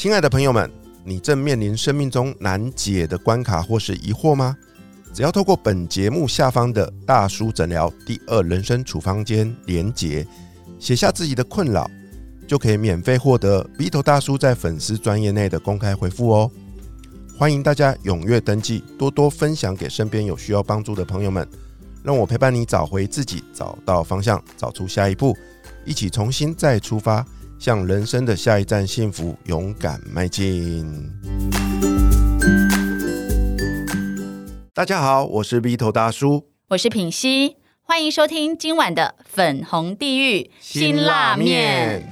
亲爱的朋友们，你正面临生命中难解的关卡或是疑惑吗？只要透过本节目下方的大叔诊疗第2人生处方间连结，写下自己的困扰，就可以免费获得 Vito 大叔在粉丝专页内的公开回复哦。欢迎大家踊跃登记，多多分享给身边有需要帮助的朋友们，让我陪伴你找回自己，找到方向，找出下一步，一起重新再出发，向人生的下一站幸福勇敢迈进。大家好，我是 Vito 大叔， 我是品熙，欢迎收听今晚的粉红地狱辛辣面。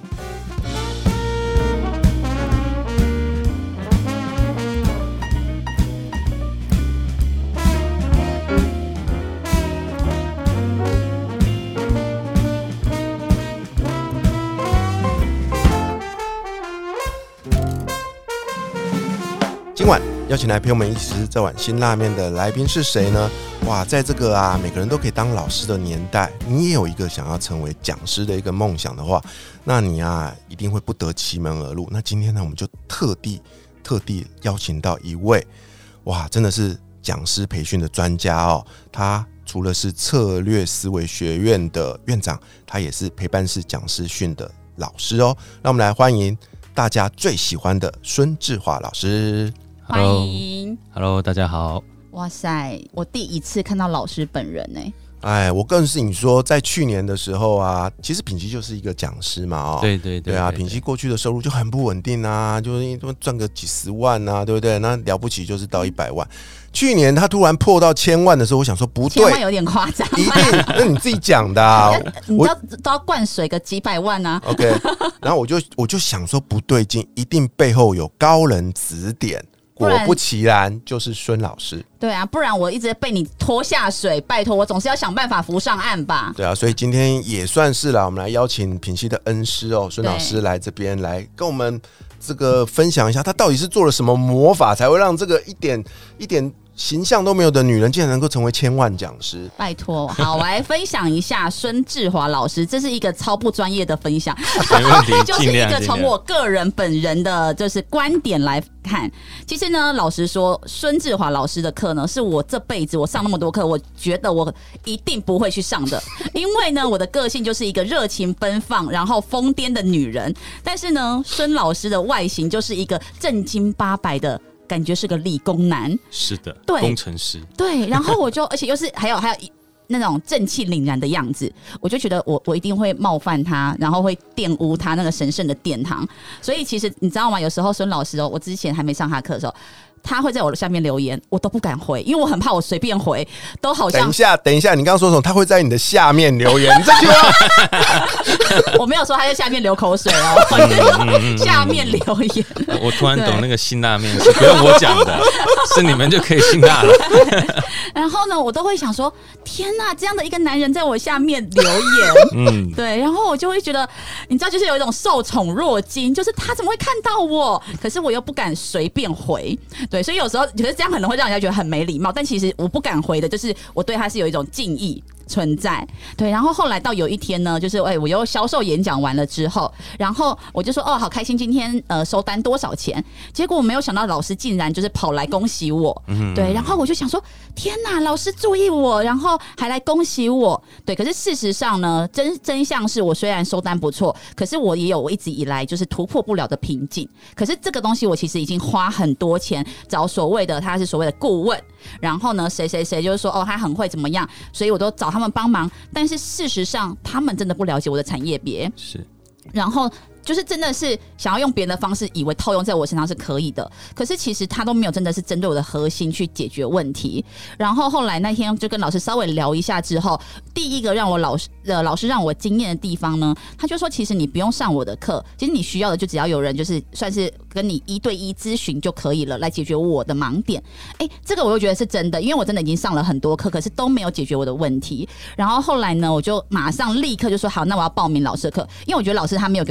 今晚邀请来陪我们一起吃这碗辛辣面的来宾是谁呢？哇，在这个每个人都可以当老师的年代，你也有一个想要成为讲师的一个梦想的话，那你一定会不得其门而入。那今天呢，我们就特地邀请到一位，哇，真的是讲师培训的专家哦。他除了是策略思维学院的院长，他也是陪伴式讲师训的老师哦。让我们来欢迎大家最喜欢的孙志华老师。 欢迎 Hello， 大家好。 哇塞，我第一次看到老师本人哎，我告诉你说，在去年的时候其实品熙就是一个讲师嘛， 对品熙过去的收入就很不稳定就是赚个几十万对不对？那了不起就是到100万。去年他突然破到1000万的时候，我想说不对，1000 万有点夸张， 一定那你自己讲的你都要灌水个几百万 OK， 然后我就想说不对劲，一定背后有高人指点。果不其然，就是孙老师。 对啊，不然我一直被你拖下水，拜托我总是要想办法浮上岸吧。 对啊，所以今天也算是我们来邀请品熙的恩师孙老师来这边来跟我们这个分享一下，他到底是做了什么魔法，才会让这个一点形象都没有的女人竟然能够成为1000万讲师。 拜托，好，我来分享一下孙志华老师，这是一个超不专业的分享， 没问题， 就是一个从我个人本人的就是观点来看。其实呢，老实说，孙志华老师的课呢，是我这辈子我上那么多课，我觉得我一定不会去上的，因为呢，我的个性就是一个热情奔放，然后疯癫的女人。但是呢，孙老师的外形就是一个正经八百的。感觉是个理工男， 是的， 对， 工程师， 对，然后我就，而且又是还有那种正气凛然的样子，我就觉得我一定会冒犯他，然后会玷污他那个神圣的殿堂。所以其实你知道吗？有时候孙老师我之前还没上他课的时候，他会在我下面留言，我都不敢回，因为我很怕我随便回都好像。 等一下，你刚刚说什么？他会在你的下面留言，这句话我没有说他在下面流口水哦，下面留言。 我突然懂那个辛辣面是不用我讲的，是你们就可以辛辣了。 然后呢，我都会想说，天哪，这样的一个男人在我下面留言，对，然后我就会觉得，你知道，就是有一种受宠若惊，就是他怎么会看到我？可是我又不敢随便回。对，所以有时候觉得这样可能会让人家觉得很没礼貌，但其实我不敢回的，就是我对他是有一种敬意存在。对，然后后来到有一天呢，就是我又销售演讲完了之后，然后我就说好开心，今天收单多少钱？结果我没有想到老师竟然就是跑来恭喜我，对，然后我就想说天哪，老师注意我，然后还来恭喜我，对。可是事实上呢，真相是我虽然收单不错，可是我也有我一直以来就是突破不了的瓶颈。可是这个东西我其实已经花很多钱找所谓的他是所谓的顾问，然后呢谁就是说他很会怎么样，所以我都找他们帮忙。但是事实上他们真的不了解我的产业别， 是， 然后就是真的是想要用别人的方式，以为套用在我身上是可以的，可是其实他都没有真的是针对我的核心去解决问题。然后后来那天就跟老师稍微聊一下之后，第一个让我老师让我惊艳的地方呢，他就说其实你不用上我的课，其实你需要的就只要有人就是算是跟你1对1咨询就可以了，来解决我的盲点。这个我又觉得是真的，因为我真的已经上了很多课，可是都没有解决我的问题。然后后来呢，我就马上立刻就说好，那我要报名老师的课，因为我觉得老师他没有给我压力。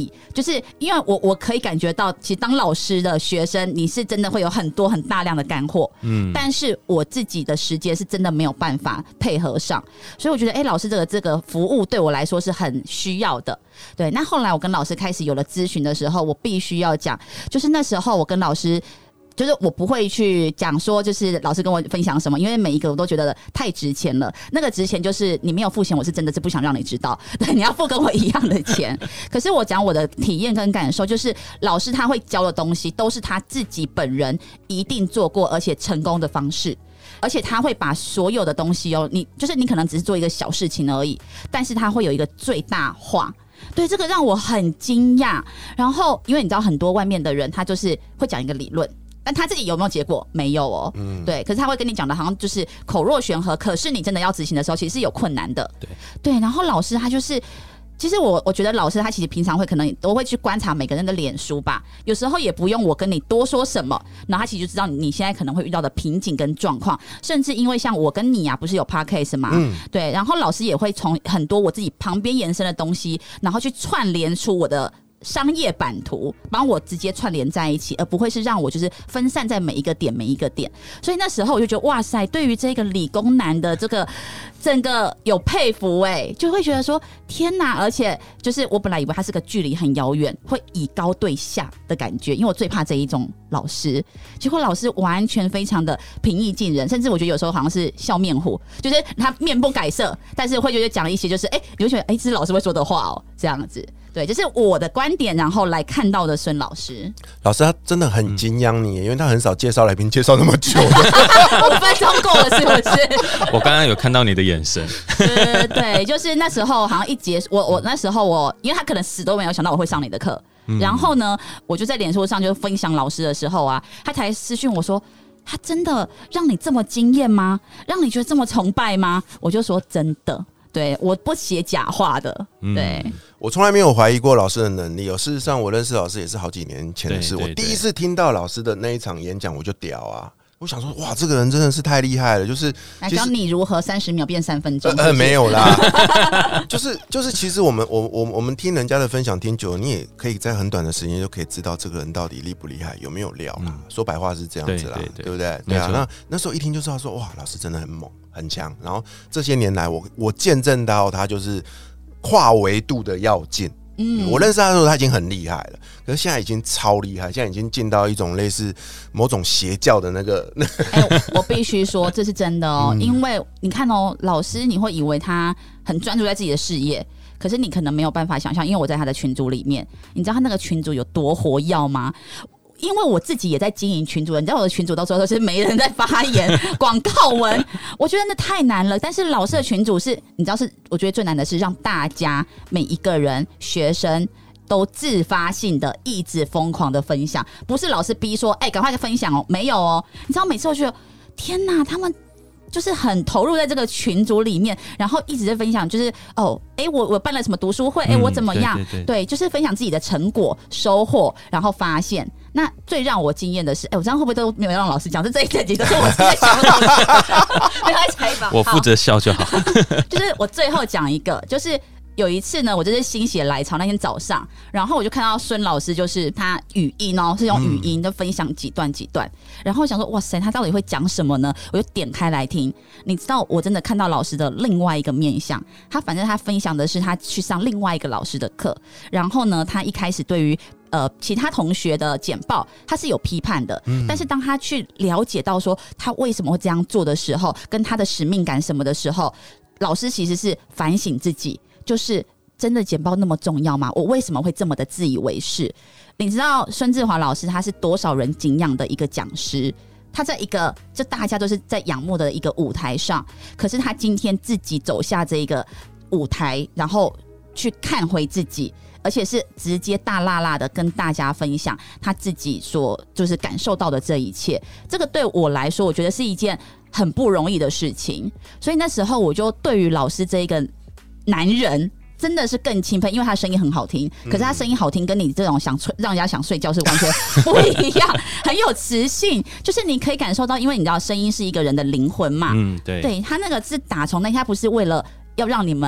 力，就是因为我可以感觉到，其实当老师的学生，你是真的会有很大量的干货，但是我自己的时间是真的没有办法配合上，所以我觉得，老师这个服务对我来说是很需要的。对，那后来我跟老师开始有了咨询的时候，我必须要讲，就是那时候我跟老师。就是我不会去讲说，就是老师跟我分享什么，因为每一个我都觉得太值钱了。那个值钱就是你没有付钱，我是真的是不想让你知道，对，你要付跟我一样的钱。可是我讲我的体验跟感受，就是老师他会教的东西都是他自己本人一定做过而且成功的方式。而且他会把所有的东西你可能只是做一个小事情而已，但是他会有一个最大化。对，这个让我很惊讶。然后因为你知道很多外面的人他就是会讲一个理论，但他自己有没有结果没有哦，对，可是他会跟你讲的好像就是口若悬河，可是你真的要执行的时候其实是有困难的，对。然后老师他就是其实我觉得老师他其实平常会可能都会去观察每个人的脸书吧，有时候也不用我跟你多说什么，然后他其实就知道你现在可能会遇到的瓶颈跟状况，甚至因为像我跟你不是有 podcast 嘛，对，然后老师也会从很多我自己旁边延伸的东西，然后去串联出我的商业版图，帮我直接串联在一起，而不会是让我就是分散在每一个点。所以那时候我就觉得哇塞，对于这个理工男的这个整个有佩服就会觉得说天哪！而且就是我本来以为他是个距离很遥远，会以高对下的感觉，因为我最怕这一种老师。结果老师完全非常的平易近人，甚至我觉得有时候好像是笑面虎，就是他面不改色，但是会觉得讲一些就是你会觉得这是老师会说的话这样子。对，就是我的观点，然后来看到的孙老师。 老师他真的很敬仰你，因为他很少介绍来宾介绍那么久的 5分钟够了是不是？ 我刚刚有看到你的眼神。 对，就是那时候好像一结束，我那时候因为他可能死都没有想到我会上你的课，然后呢，我就在脸书上就分享老师的时候他才私讯我说。他真的让你这么惊艳吗？让你觉得这么崇拜吗？我就说真的。对，我不写假话的。对， 我从来没有怀疑过老师的能力。事实上，我认识老师也是好几年前的事。我第一次听到老师的那一场演讲，我就屌啊！我想说，哇，这个人真的是太厉害了。就是来教你如何30秒变3分钟。 没有啦，就是其实我们听人家的分享听久了，你也可以在很短的时间就可以知道这个人到底厉不厉害，有没有料啦。说白话是这样子啦，对不对？对啊，那时候一听就知道说，哇，老师真的很猛很强。然后这些年来，我见证到他就是跨维度的要进。我认识他的时候他已经很厉害了，可是现在已经超厉害，现在已经进到一种类似某种邪教的那个我必须说这是真的因为你看老师你会以为他很专注在自己的事业，可是你可能没有办法想象，因为我在他的群组里面，你知道他那个群组有多活跃吗？因为我自己也在经营群组，你知道我的群组到时候都是没人在发言广告文，我觉得那太难了。但是老师的群组是，你知道是，我觉得最难的是让大家每一个人学生都自发性的一直疯狂的分享，不是老师逼说赶快分享没有你知道每次我觉得天哪，他们就是很投入在这个群组里面，然后一直在分享，就是我办了什么读书会，我怎么样，对，就是分享自己的成果、收获，然后发现。那最让我惊艳的是，我这样会不会都没有让老师讲？这一整集都是我在讲老师，没有在采访， 我负责笑就好。 就是我最后讲一个，就是有一次呢，我就是心血来潮，那天早上，然后我就看到孙老师，就是他语音是用语音的分享几段，然后我想说，哇塞，他到底会讲什么呢？我就点开来听，你知道，我真的看到老师的另外一个面向。反正他分享的是他去上另外一个老师的课，然后呢，他一开始对于其他同学的简报他是有批判的，但是当他去了解到说他为什么会这样做的时候，跟他的使命感什么的时候，老师其实是反省自己，就是真的简报那么重要吗？我为什么会这么的自以为是？你知道孙志华老师他是多少人敬仰的一个讲师，他在一个就大家都是在仰慕的一个舞台上，可是他今天自己走下这个舞台，然后去看回自己，而且是直接大辣辣的跟大家分享他自己所就是感受到的这一切。这个对我来说，我觉得是一件很不容易的事情。所以那时候我就对于老师这一个男人真的是更钦佩，因为他声音很好听，可是他声音好听跟你这种让人家想睡觉是完全不一样，很有磁性，就是你可以感受到，因为你知道声音是一个人的灵魂嘛，对，他那个是打从那，他不是为了要让你们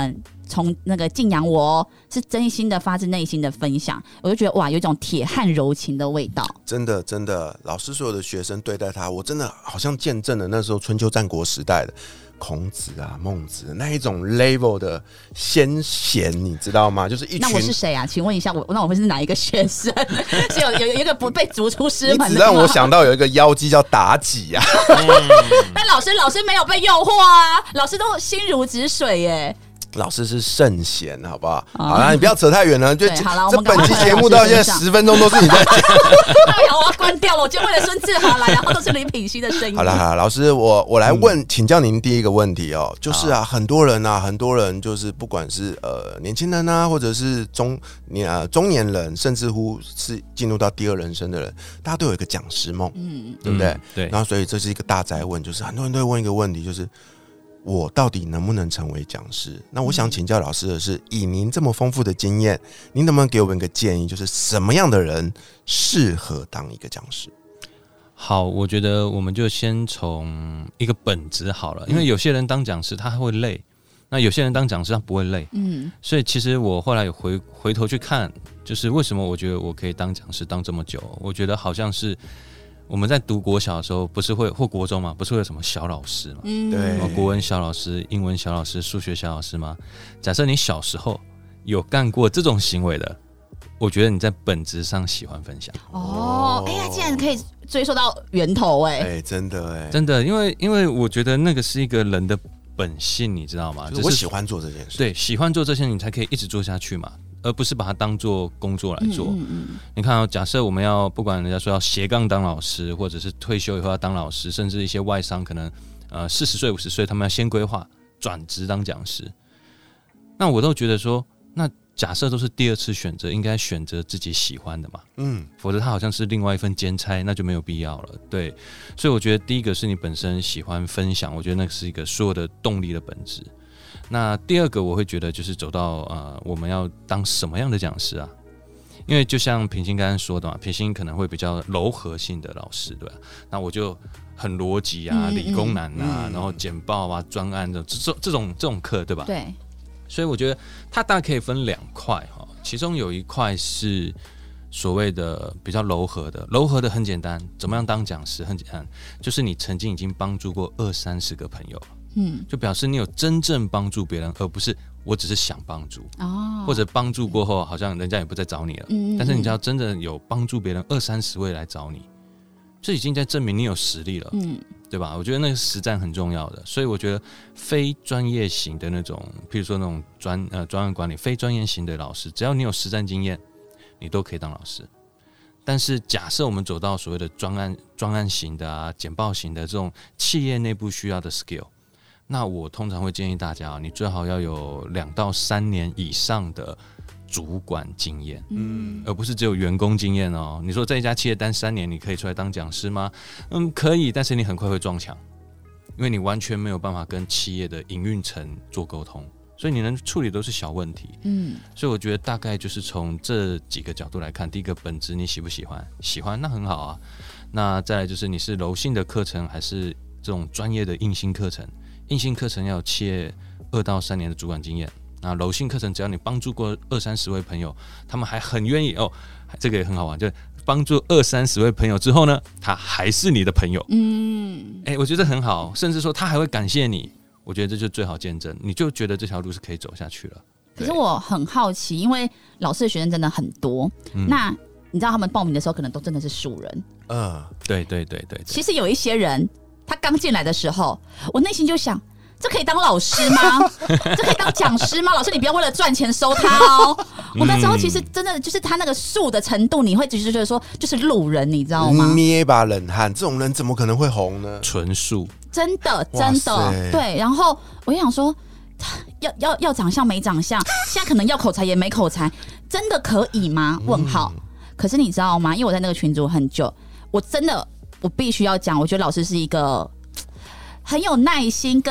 从那个敬仰我是真心的发自内心的分享，我就觉得哇，有一种铁汉柔情的味道。 真的真的，老师所有的学生对待他，我真的好像见证了那时候春秋战国时代的孔子啊、孟子那一种 level 的先贤，你知道吗？就是一群。 那我是谁啊？请问一下，那我会是哪一个学生？是有一个不被逐出师门的吗？ 你只让我想到有一个妖姬叫妲己啊。 但老师没有被诱惑啊，老师都心如止水耶。 老师是圣贤，好不好？好啦，你不要扯太远了。就好了， 这本期节目到现在10分钟都是你在讲。 我要关掉了，我就为了孙志豪来，然后都是李品熙的声音。 好了，老师，我来请教您第一个问题哦，就是啊，很多人就是不管是年轻人啊，或者是中年人，甚至乎是进入到第二人生的人，大家都有一个讲师梦，对不对？ 对。 然后所以这是一个大哉问，就是很多人都会问一个问题，就是我到底能不能成为讲师？那我想请教老师的是，以您这么丰富的经验，您能不能给我们一个建议，就是什么样的人适合当一个讲师？ 好，我觉得我们就先从一个本质好了，因为有些人当讲师他会累，那有些人当讲师他不会累，所以其实我后来有回头去看，就是为什么我觉得我可以当讲师当这么久，我觉得好像是。我们在读国小的时候，不是会或国中嘛，不是会有什么小老师嘛？对，国文小老师、英文小老师、数学小老师吗？假设你小时候有干过这种行为的，我觉得你在本质上喜欢分享。 呀，竟然可以追溯到源头真的真的，因为我觉得那个是一个人的本性，你知道吗？ 就是我喜欢做这件事， 对，喜欢做这些，你才可以一直做下去嘛。而不是把它当做工作来做。你看假设我们要不管人家说要斜杠当老师，或者是退休以后要当老师，甚至一些外商可能40岁50岁他们要先规划转职当讲师，那我都觉得说，那假设都是第二次选择，应该选择自己喜欢的嘛，否则它好像是另外一份兼差，那就没有必要了。对，所以我觉得第一个是你本身喜欢分享，我觉得那是一个所有的动力的本质。那第二个我会觉得就是走到我们要当什么样的讲师啊？因为就像品心刚刚说的嘛，品心可能会比较柔和性的老师，对吧？那我就很逻辑啊、理工男啊，然后简报啊、专案的这种课，对吧？ 对。 所以我觉得它大概可以分2块哈，其中有一块是所谓的比较柔和的很简单，怎么样当讲师很简单，就是你曾经已经帮助过20-30个朋友了。就表示你有真正帮助别人，而不是我只是想帮助，或者帮助过后好像人家也不再找你了，但是你只要真的有帮助别人20-30位来找你，这已经在证明你有实力了，对吧？我觉得那个实战很重要的，所以我觉得非专业型的那种，譬如说那种专案管理，非专业型的老师，只要你有实战经验，你都可以当老师。但是假设我们走到所谓的专案型的啊、简报型的这种企业内部需要的 skill。那我通常会建议大家，你最好要有2到3年以上的主管经验，而不是只有员工经验哦。你说在一家企业待3年，你可以出来当讲师吗？可以，但是你很快会撞墙，因为你完全没有办法跟企业的营运层做沟通，所以你能处理都是小问题。所以我觉得大概就是从这几个角度来看，第一个本质你喜不喜欢？喜欢那很好啊。那再来就是你是柔性的课程还是这种专业的硬性课程？硬性课程要有企业2到3年的主管经验，那柔性课程只要你帮助过20-30位朋友，他们还很愿意这个也很好玩，就帮助20-30位朋友之后呢，他还是你的朋友，我觉得很好，甚至说他还会感谢你，我觉得这就最好见证，你就觉得这条路是可以走下去了。 可是我很好奇，因为老师的学生真的很多，那你知道他们报名的时候可能都真的是素人， 对， 其实有一些人。他刚进来的时候，我内心就想，这可以当老师吗？这可以当讲师吗？老师，你不要为了赚钱收他哦。我那时候其实真的就是他那个素的程度，你会只是觉得说就是路人，你知道吗？ 捏一把冷汗，这种人怎么可能会红呢？ 纯素， 真的对。然后我就想说，要长相没长相，现在可能要口才也没口才，真的可以吗？问号。可是你知道吗？因为我在那个群组很久，我必须要讲，我觉得老师是一个很有耐心跟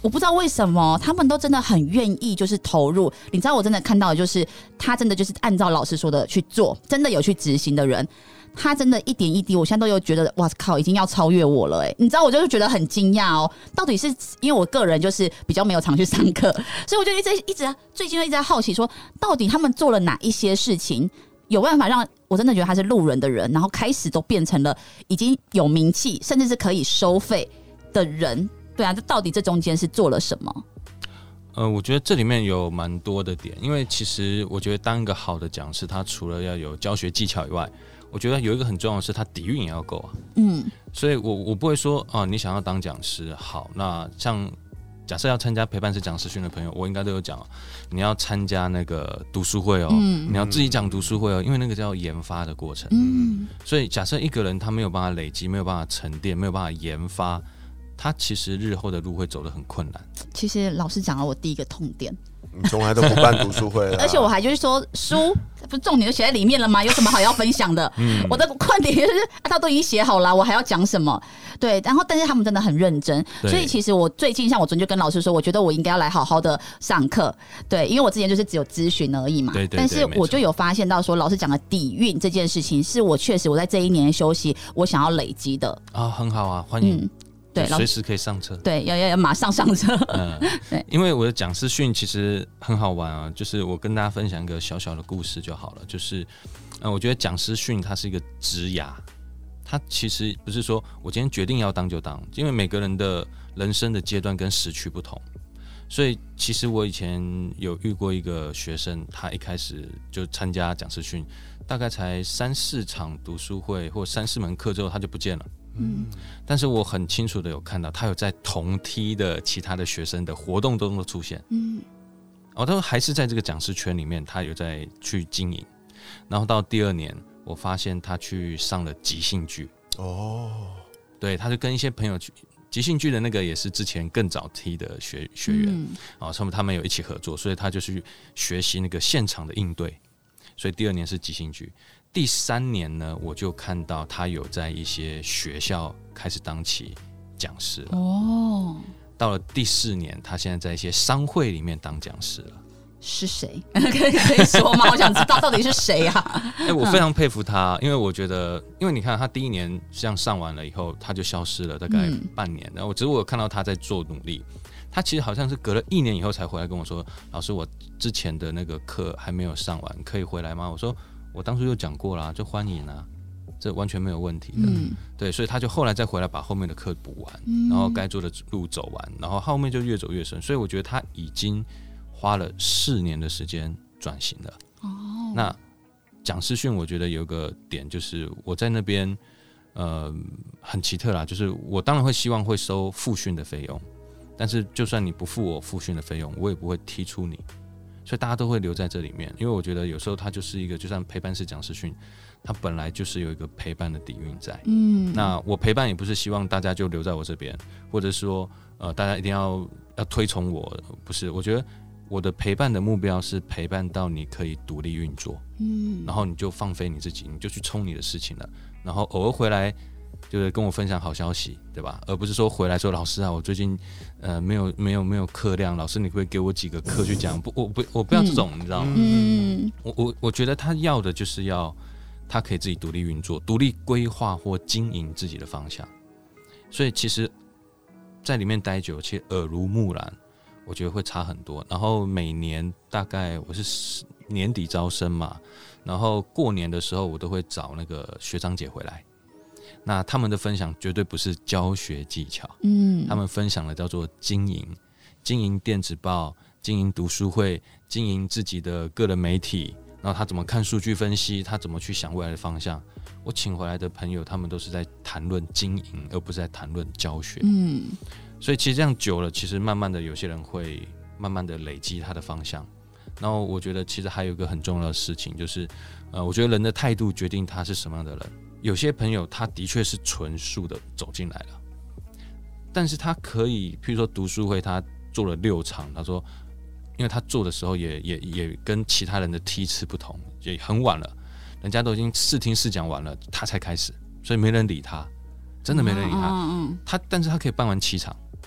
我不知道为什么他们都真的很愿意就是投入。你知道我真的看到的就是他真的就是按照老师说的去做，真的有去执行的人，他真的一点一滴，我现在都有觉得哇靠，已经要超越我了欸。你知道我就是觉得很惊讶哦，到底是因为我个人就是比较没有常去上课，所以我就一直最近一直在好奇说，到底他们做了哪一些事情有办法让我真的觉得他是路人的人，然后开始都变成了已经有名气，甚至是可以收费的人。对啊，这到底这中间是做了什么？ 我觉得这里面有蛮多的点，因为其实我觉得当一个好的讲师，他除了要有教学技巧以外，我觉得有一个很重要的是他底蕴也要够啊。所以我不会说你想要当讲师好，那像假设要参加陪伴式讲师训的朋友，我应该都有讲，你要参加那个读书会你要自己讲读书会因为那个叫研发的过程。所以假设一个人他没有办法累积，没有办法沉淀，没有办法研发，他其实日后的路会走得很困难。 其实老师讲了我第一个痛点， 你从来都不办读书会了， 而且我还就是说书不是重点就写在里面了吗？有什么好要分享的？我的观点就是他都已经写好了，我还要讲什么？对，然后但是他们真的很认真，所以其实我最近像我昨天就跟老师说，我觉得我应该要来好好的上课，对，因为我之前就是只有咨询而已嘛， 对， 但是我就有发现到说，老师讲的底蕴这件事情，是我确实我在这一年休息我想要累积的啊，很好啊，欢迎。 对， 随时可以上车。 对，要马上上车。 对，因为我的讲师训其实很好玩啊，就是我跟大家分享一个小小的故事就好了。就是，我觉得讲师训它是一个职涯，它其实不是说我今天决定要当就当，因为每个人的人生的阶段跟时区不同，所以其实我以前有遇过一个学生，他一开始就参加讲师训，大概才3-4场读书会或3-4门课之后，他就不见了。但是我很清楚的有看到他有在同梯的其他的学生的活动中都出现，他还是在这个讲师圈里面，他有在去经营。然后到第2年，我发现他去上了即兴剧。对，他就跟一些朋友去即兴剧的那个也是之前更早梯的学员，他们有一起合作，所以他就去学习那个现场的应对。所以第2年是即兴剧。第3年呢，我就看到他有在一些学校开始当起讲师了。到了第4年，他现在在一些商会里面当讲师了。 是谁？可以说吗？我想知道到底是谁啊？ 我非常佩服他，因为我觉得，因为你看他第1年这样上完了以后，他就消失了大概半年。然后只是我有看到他在做努力。他其实好像是隔了1年以后才回来跟我说：“老师，我之前的那个课还没有上完，可以回来吗？”我说：“我当初就讲过啦，就欢迎啊，这完全没有问题的。”对，所以他就后来再回来把后面的课补完，然后该做的路走完，然后后面就越走越顺。所以我觉得他已经花了4年的时间转型了。那讲师训，我觉得有个点就是我在那边，很奇特啦，就是我当然会希望会收复训的费用。但是就算你不付我复训的费用，我也不会踢出你，所以大家都会留在这里面，因为我觉得有时候它就是一个，就算陪伴式讲师训，它本来就是有一个陪伴的底蕴在。那我陪伴也不是希望大家就留在我这边，或者说大家一定要推崇我，不是，我觉得我的陪伴的目标是陪伴到你可以独立运作，然后你就放飞你自己，你就去冲你的事情了，然后偶尔回来。就是跟我分享好消息，对吧？而不是说回来说老师啊，我最近没有课量，老师你可不可以给我几个课去讲？我不要这种，你知道吗？我觉得他要的就是要他可以自己独立运作、独立规划或经营自己的方向。所以其实，在里面待久，其实耳濡目染，我觉得会差很多。然后每年大概我是年底招生嘛，然后过年的时候我都会找那个学长姐回来。那他们的分享绝对不是教学技巧，他们分享的叫做经营电子报，经营读书会，经营自己的个人媒体，然后他怎么看数据分析，他怎么去想未来的方向。我请回来的朋友，他们都是在谈论经营，而不是在谈论教学。所以其实这样久了，其实慢慢的有些人会慢慢的累积他的方向。然后我觉得其实还有一个很重要的事情，就是我觉得人的态度决定他是什么样的人。有些朋友他的确是纯素的走进来了，但是他可以，譬如说读书会，他做了6场，他说，因为他做的时候也跟其他人的梯次不同，也很晚了，人家都已经试听试讲完了，他才开始，所以没人理他，真的没人理他。但是他可以办完7场，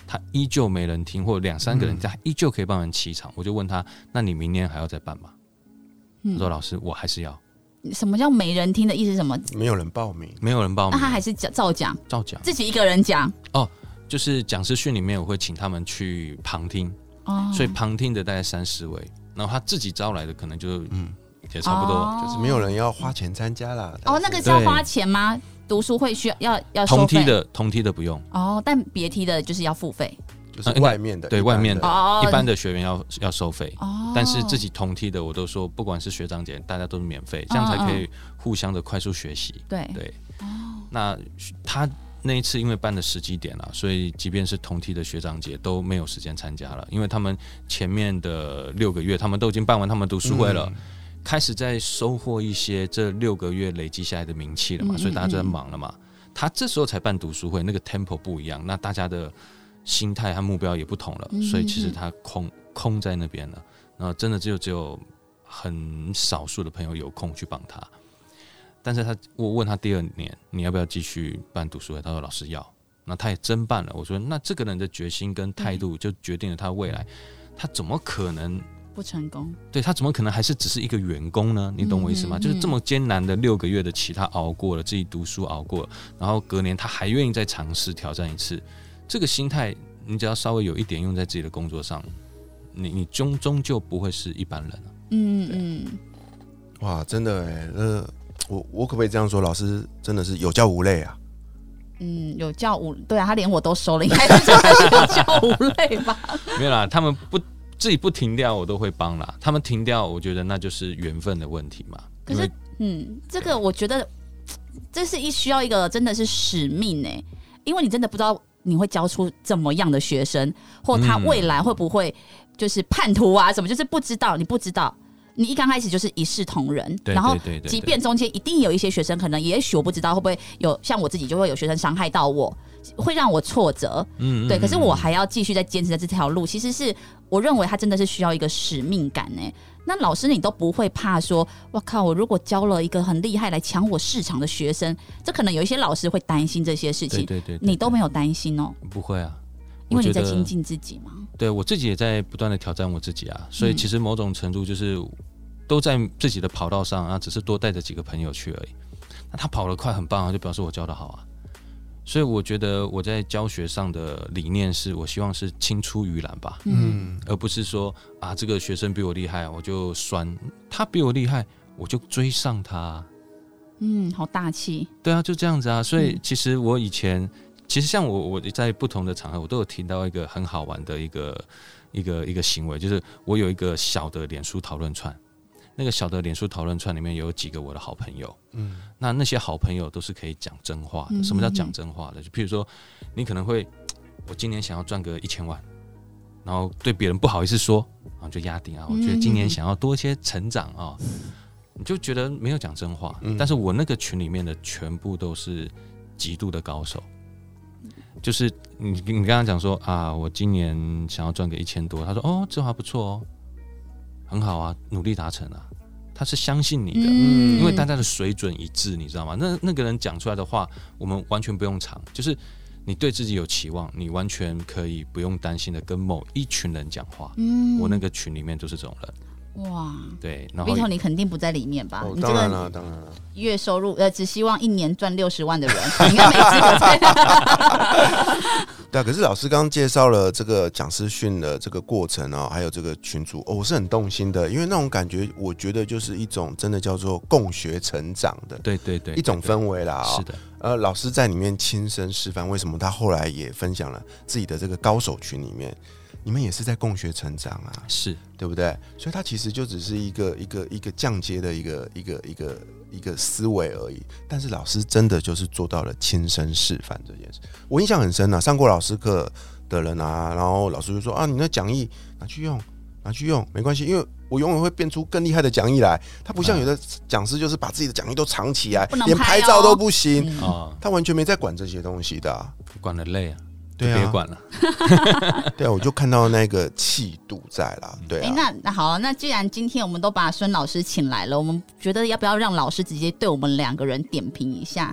他依旧没人听，或者2-3个人，他依旧可以帮人7场。我就问他，那你明年还要再办吗？他说老师，我还是要。 什么叫没人听的意思？是什么？ 没有人报名， 没有人报名， 那他还是照讲，自己一个人讲。 就是讲师训里面，我会请他们去旁听，所以旁听的大概30位，然后他自己招来的可能就也差不多， 就是没有人要花钱参加啦。 那个是要花钱吗？读书会需要收费？ 同梯的不用但别梯的就是要付费。 就是外面的， 对外面的，一般的学员要收费，但是自己同梯的，我都说不管是学长姐，大家都是免费，这样才可以互相的快速学习。 对， 那他那一次因为办的时机点了，所以即便是同梯的学长姐都没有时间参加了，因为他们前面的6个月，他们都已经办完他们读书会了，开始在收获一些这6个月累积下来的名气了嘛，所以大家就在忙了嘛。他这时候才办读书会，那个 tempo 不一样，那大家的心态和目标也不同了，所以其实他空在那边了，然后真的只有很少数的朋友有空去帮他。但是我问他第2年你要不要继续办读书会，他说老师要，那他也真办了。我说那这个人的决心跟态度就决定了他未来，他怎么可能不成功？ 对，他怎么可能还是只是一个员工呢？你懂我意思吗？就是这么艰难的6个月的期，他熬过了，自己读书熬过了，然后隔年他还愿意再尝试挑战一次。这个心态，你只要稍微有一点用在自己的工作上，你终究不会是一般人。 哇，真的哎，我可不可以这样说？老师真的是有教无类啊。 有教无对啊，他连我都收了，应该是有教无类吧？ 没有啦，他们自己不停掉，我都会帮啦。他们停掉，我觉得那就是缘分的问题嘛。 可是，这个我觉得这是需要一个真的是使命哎，因为你真的不知道你会教出怎么样的学生，或他未来会不会就是叛徒啊什么，就是不知道，你不知道。你一刚开始就是一视同仁，然后即便中间一定有一些学生可能也许我不知道会不会有，像我自己就会有学生伤害到我，会让我挫折，对，可是我还要继续再坚持在这条路，其实是我认为他真的是需要一个使命感欸。那老师你都不会怕说哇靠，我如果教了一个很厉害来抢我市场的学生，这可能有一些老师会担心这些事情，对，你都没有担心哦？ 不会啊， 因为你在精进自己嘛。 对，我自己也在不断的挑战我自己啊，所以其实某种程度就是都在自己的跑道上啊，只是多带着几个朋友去而已。那他跑得快很棒啊，就表示我教得好啊。所以我觉得我在教学上的理念是，我希望是青出于蓝吧，而不是说啊这个学生比我厉害我就酸，他比我厉害我就追上他。 好大气。 对啊，就这样子啊。所以其实我以前，其实像我在不同的场合，我都有听到一个很好玩的一个行为，就是我有一个小的脸书讨论串。那个小的脸书讨论串里面有几个我的好朋友，那些好朋友都是可以讲真话的。什么叫讲真话的？就譬如说，你可能会，我今年想要赚个1000万，然后对别人不好意思说，然后就压定啊，我觉得今年想要多一些成长啊，你就觉得没有讲真话。但是我那个群里面的全部都是极度的高手，就是你刚刚讲说啊，我今年想要赚个1000多，他说哦，这还不错哦。很好啊，努力达成啊，他是相信你的，因为大家的水准一致，你知道吗？那个人讲出来的话，我们完全不用藏，就是你对自己有期望，你完全可以不用担心的跟某一群人讲话。我那个群里面就是这种人。哇，对，然后 Vito 你肯定不在里面吧？ 当然了，当然了。 月收入只希望1年赚60万的人，你应该没资格在。 对啊，可是老师刚刚介绍了这个讲师训的这个过程啊，还有这个群组，我是很动心的，因为那种感觉，我觉得就是一种真的叫做共学成长的， 对， 一种氛围啦。 是的， 老师在里面亲身示范，为什么他后来也分享了自己的这个高手群里面，你们也是在共学成长啊， 是对不对？所以他其实就只是一个降阶的一个思维而已，但是老师真的就是做到了亲身示范这件事，我印象很深啊。上过老师课的人啊，然后老师就说啊，你那讲义拿去用，没关系，因为我永远会变出更厉害的讲义来。他不像有的讲师就是把自己的讲义都藏起来，连拍照都不行，他完全没在管这些东西的啊， 管得累啊。 对啊， 别管了。 对啊，我就看到那个气度在啦。对啊， 那好，那既然今天我们都把孙老师请来了，我们觉得要不要让老师直接对我们2个人点评一下？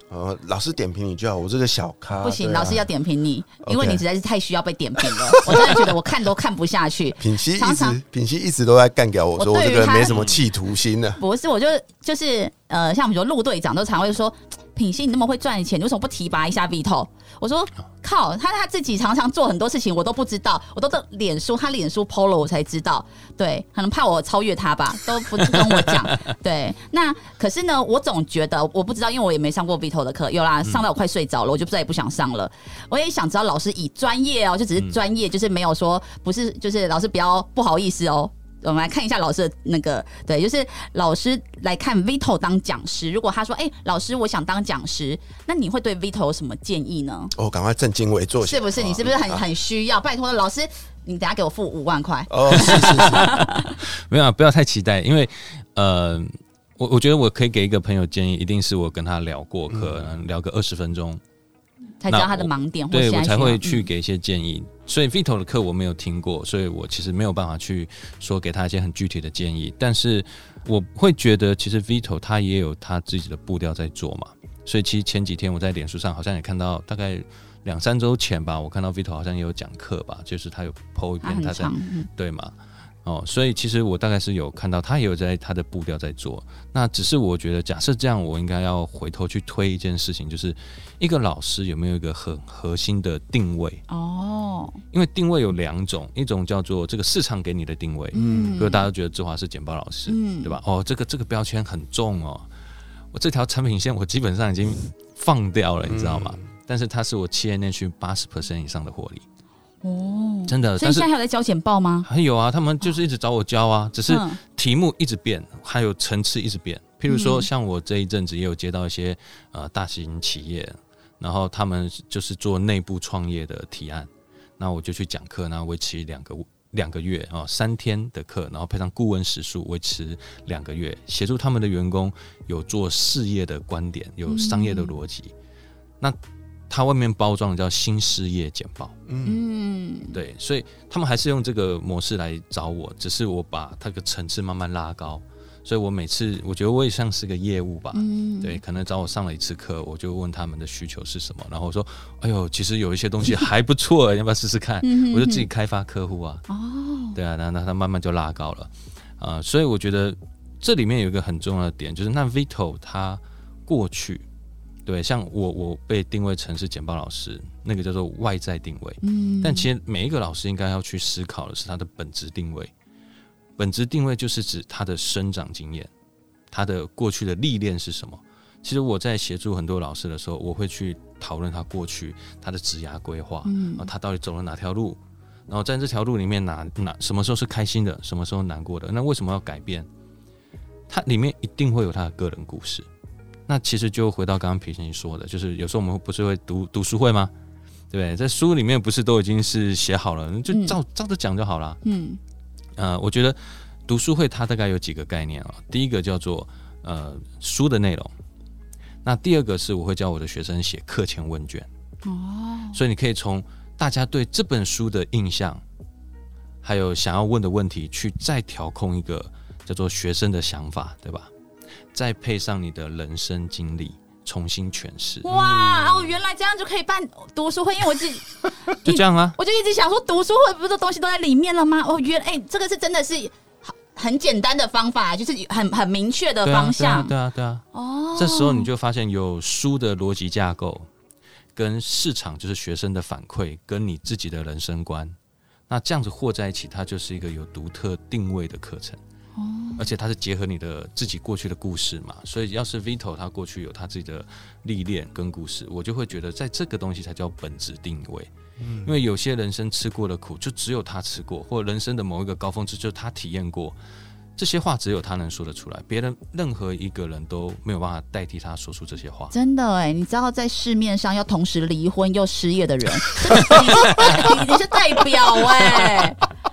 老师点评你就好，我这个小咖不行， 啊、 老师要点评你，因为你实在是太需要被点评了。我真的觉得我看都看不下去。 品熙一直都在干掉我说我这个人没什么企图心的。 不是，我就是像我们说陆队长都常会说，品熙你那么会赚钱，你为什么不提拔一下 Vito？ 我说靠，他自己常常做很多事情我都不知道，我都脸书 PO 了我才知道，对，可能怕我超越他吧，都不跟我讲。对，那可是呢，我总觉得我不知道，因为我也没上过 Vito 的课，有啦，上到我快睡着了，我就再也不想上了。我也想知道老师以专业就只是专业，就是没有说不是，就是老师不好意思哦。我们来看一下老师的那个，对，就是老师来看 Vito 当讲师。如果他说：“老师，我想当讲师”，那你会对 Vito 有什么建议呢？ 赶快正襟危坐， 是不是？你是不是很需要？拜托老师，你等一下给我付5万块。 是， 没有啊，不要太期待，因为我觉得我可以给一个朋友建议，一定是我跟他聊过课，聊个20分钟。 才知道他的盲点， 对我才会去给一些建议。所以 Vito 的课我没有听过，所以我其实没有办法去说给他一些很具体的建议。但是我会觉得，其实 Vito 他也有他自己的步调在做嘛。所以其实前几天我在脸书上好像也看到，大概2-3周前吧，我看到 Vito 好像也有讲课吧，就是他有 po 一篇他在对嘛。所以其实我大概是有看到他也有在他的步调在做，那只是我觉得假设这样，我应该要回头去推一件事情，就是一个老师有没有一个很核心的定位因为定位有2种，一种叫做这个市场给你的定位，比如大家都觉得志华是简报老师，对吧？这个标签很重我这条产品线我基本上已经放掉了，你知道吗？但是它是我企业内需80% 以上的获利。真的， 所以现在还有在教简报吗？ 还有啊，他们就是一直找我教啊，只是题目一直变，还有层次一直变。譬如说，像我这一阵子也有接到一些大型企业，然后他们就是做内部创业的提案，那我就去讲课，然后为期2个月3天的课，然后配上顾问时数，维持2个月，协助他们的员工有做事业的观点，有商业的逻辑。那他外面包装的叫新事业简报，对，所以他们还是用这个模式来找我，只是我把它的层次慢慢拉高，所以我每次我觉得我也像是个业务吧，对，可能找我上了1次课，我就问他们的需求是什么，然后我说，哎呦，其实有一些东西还不错，要不要试试看？我就自己开发客户啊，对啊，那他慢慢就拉高了，所以我觉得这里面有一个很重要的点，就是那 Vito 他过去。对，像我被定位成是简报老师，那个叫做外在定位。但其实每一个老师应该要去思考的是他的本质定位。本质定位就是指他的生长经验，他的过去的历练是什么。其实我在协助很多老师的时候，我会去讨论他过去他的职涯规划，然后他到底走了哪条路，然后在这条路里面什么时候是开心的，什么时候难过的，那为什么要改变？它里面一定会有他的个人故事。那其实就回到刚刚皮先说的，就是有时候我们不是会读书会吗？对不对？在书里面不是都已经是写好了，就照着讲就好了。我觉得读书会它大概有几个概念啊。第一个叫做书的内容，那第二个是我会教我的学生写课前问卷。所以你可以从大家对这本书的印象，还有想要问的问题，去再调控一个叫做学生的想法，对吧？再配上你的人生经历，重新诠释。 哇，原来这样就可以办读书会，因为我自己就这样啊， 我就一直想说，读书会不是这东西都在里面了吗？原来这个是真的是很简单的方法，就是很明确的方向。 对啊。这时候你就发现有书的逻辑架构，跟市场就是学生的反馈，跟你自己的人生观，那这样子和在一起，它就是一个有独特定位的课程。而且它是结合你的自己过去的故事嘛，所以要是 Vito 他过去有他自己的历练跟故事，我就会觉得在这个东西才叫本质定位。因为有些人生吃过的苦就只有他吃过，或者人生的某一个高峰值就他体验过，这些话只有他能说得出来，别人任何一个人都没有办法代替他说出这些话。 真的你知道在市面上要同时离婚又失业的人你是代表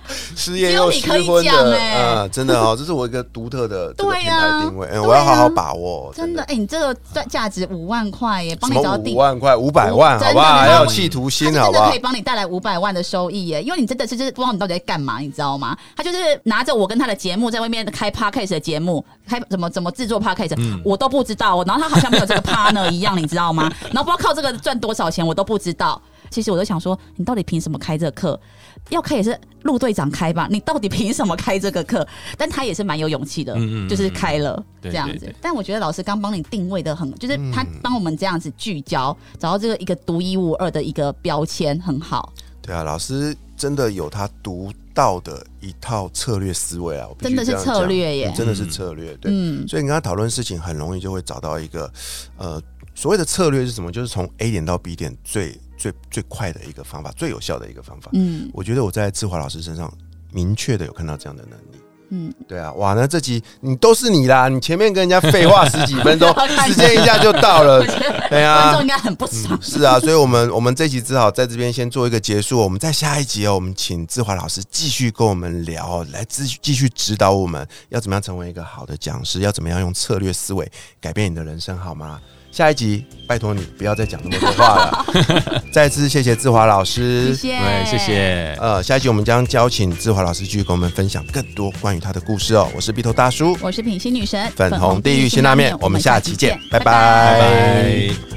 失业又失婚的，真的哦，这是我一个独特的这个品牌定位，我要好好把握。 真的，你这个价值5万块耶，帮你找到 5万块500万，好不好？还有企图心，好不好？ 可以帮你带来500万的收益耶，因为你真的是不知道你到底在干嘛，你知道吗？他就是拿着我跟他的节目在外面开 podcast 的节目，开怎么制作 podcast，我都不知道。然后他好像没有这个 partner 一样，你知道吗？然后不知道靠这个赚多少钱，我都不知道。其实我都想说，你到底凭什么开这个课？要开也是陆队长开吧，你到底凭什么开这个课？但他也是蛮有勇气的，就是开了这样子。但我觉得老师刚帮你定位的很，就是他帮我们这样子聚焦，找到这个一个独一无二的一个标签，很好。 对啊，老师真的有他独到的一套策略思维啊，我必须这样讲， 真的是策略耶， 真的是策略。对，所以你跟他讨论事情，很容易就会找到一个所谓的策略是什么？就是从 A 点到 B 点最快的一个方法，最有效的一个方法。我觉得我在志华老师身上明确的有看到这样的能力。对啊，哇，那这集你都是你啦，你前面跟人家废话10几分钟，时间一下就到了，对啊， 观众应该很不爽。 是啊，所以我们这集只好在这边先做一个结束。我们在下一集我们请志华老师继续跟我们聊，来继续指导我们要怎么样成为一个好的讲师，要怎么样用策略思维改变你的人生，好吗？下一集拜托你不要再讲那么多话了。再次谢谢志华老师， 谢谢。 下一集我们将邀请志华老师继续跟我们分享更多关于他的故事哦。我是鼻头大叔， 我是品心女神， 粉红地狱辛拉面，我们下期见，拜拜。 拜拜。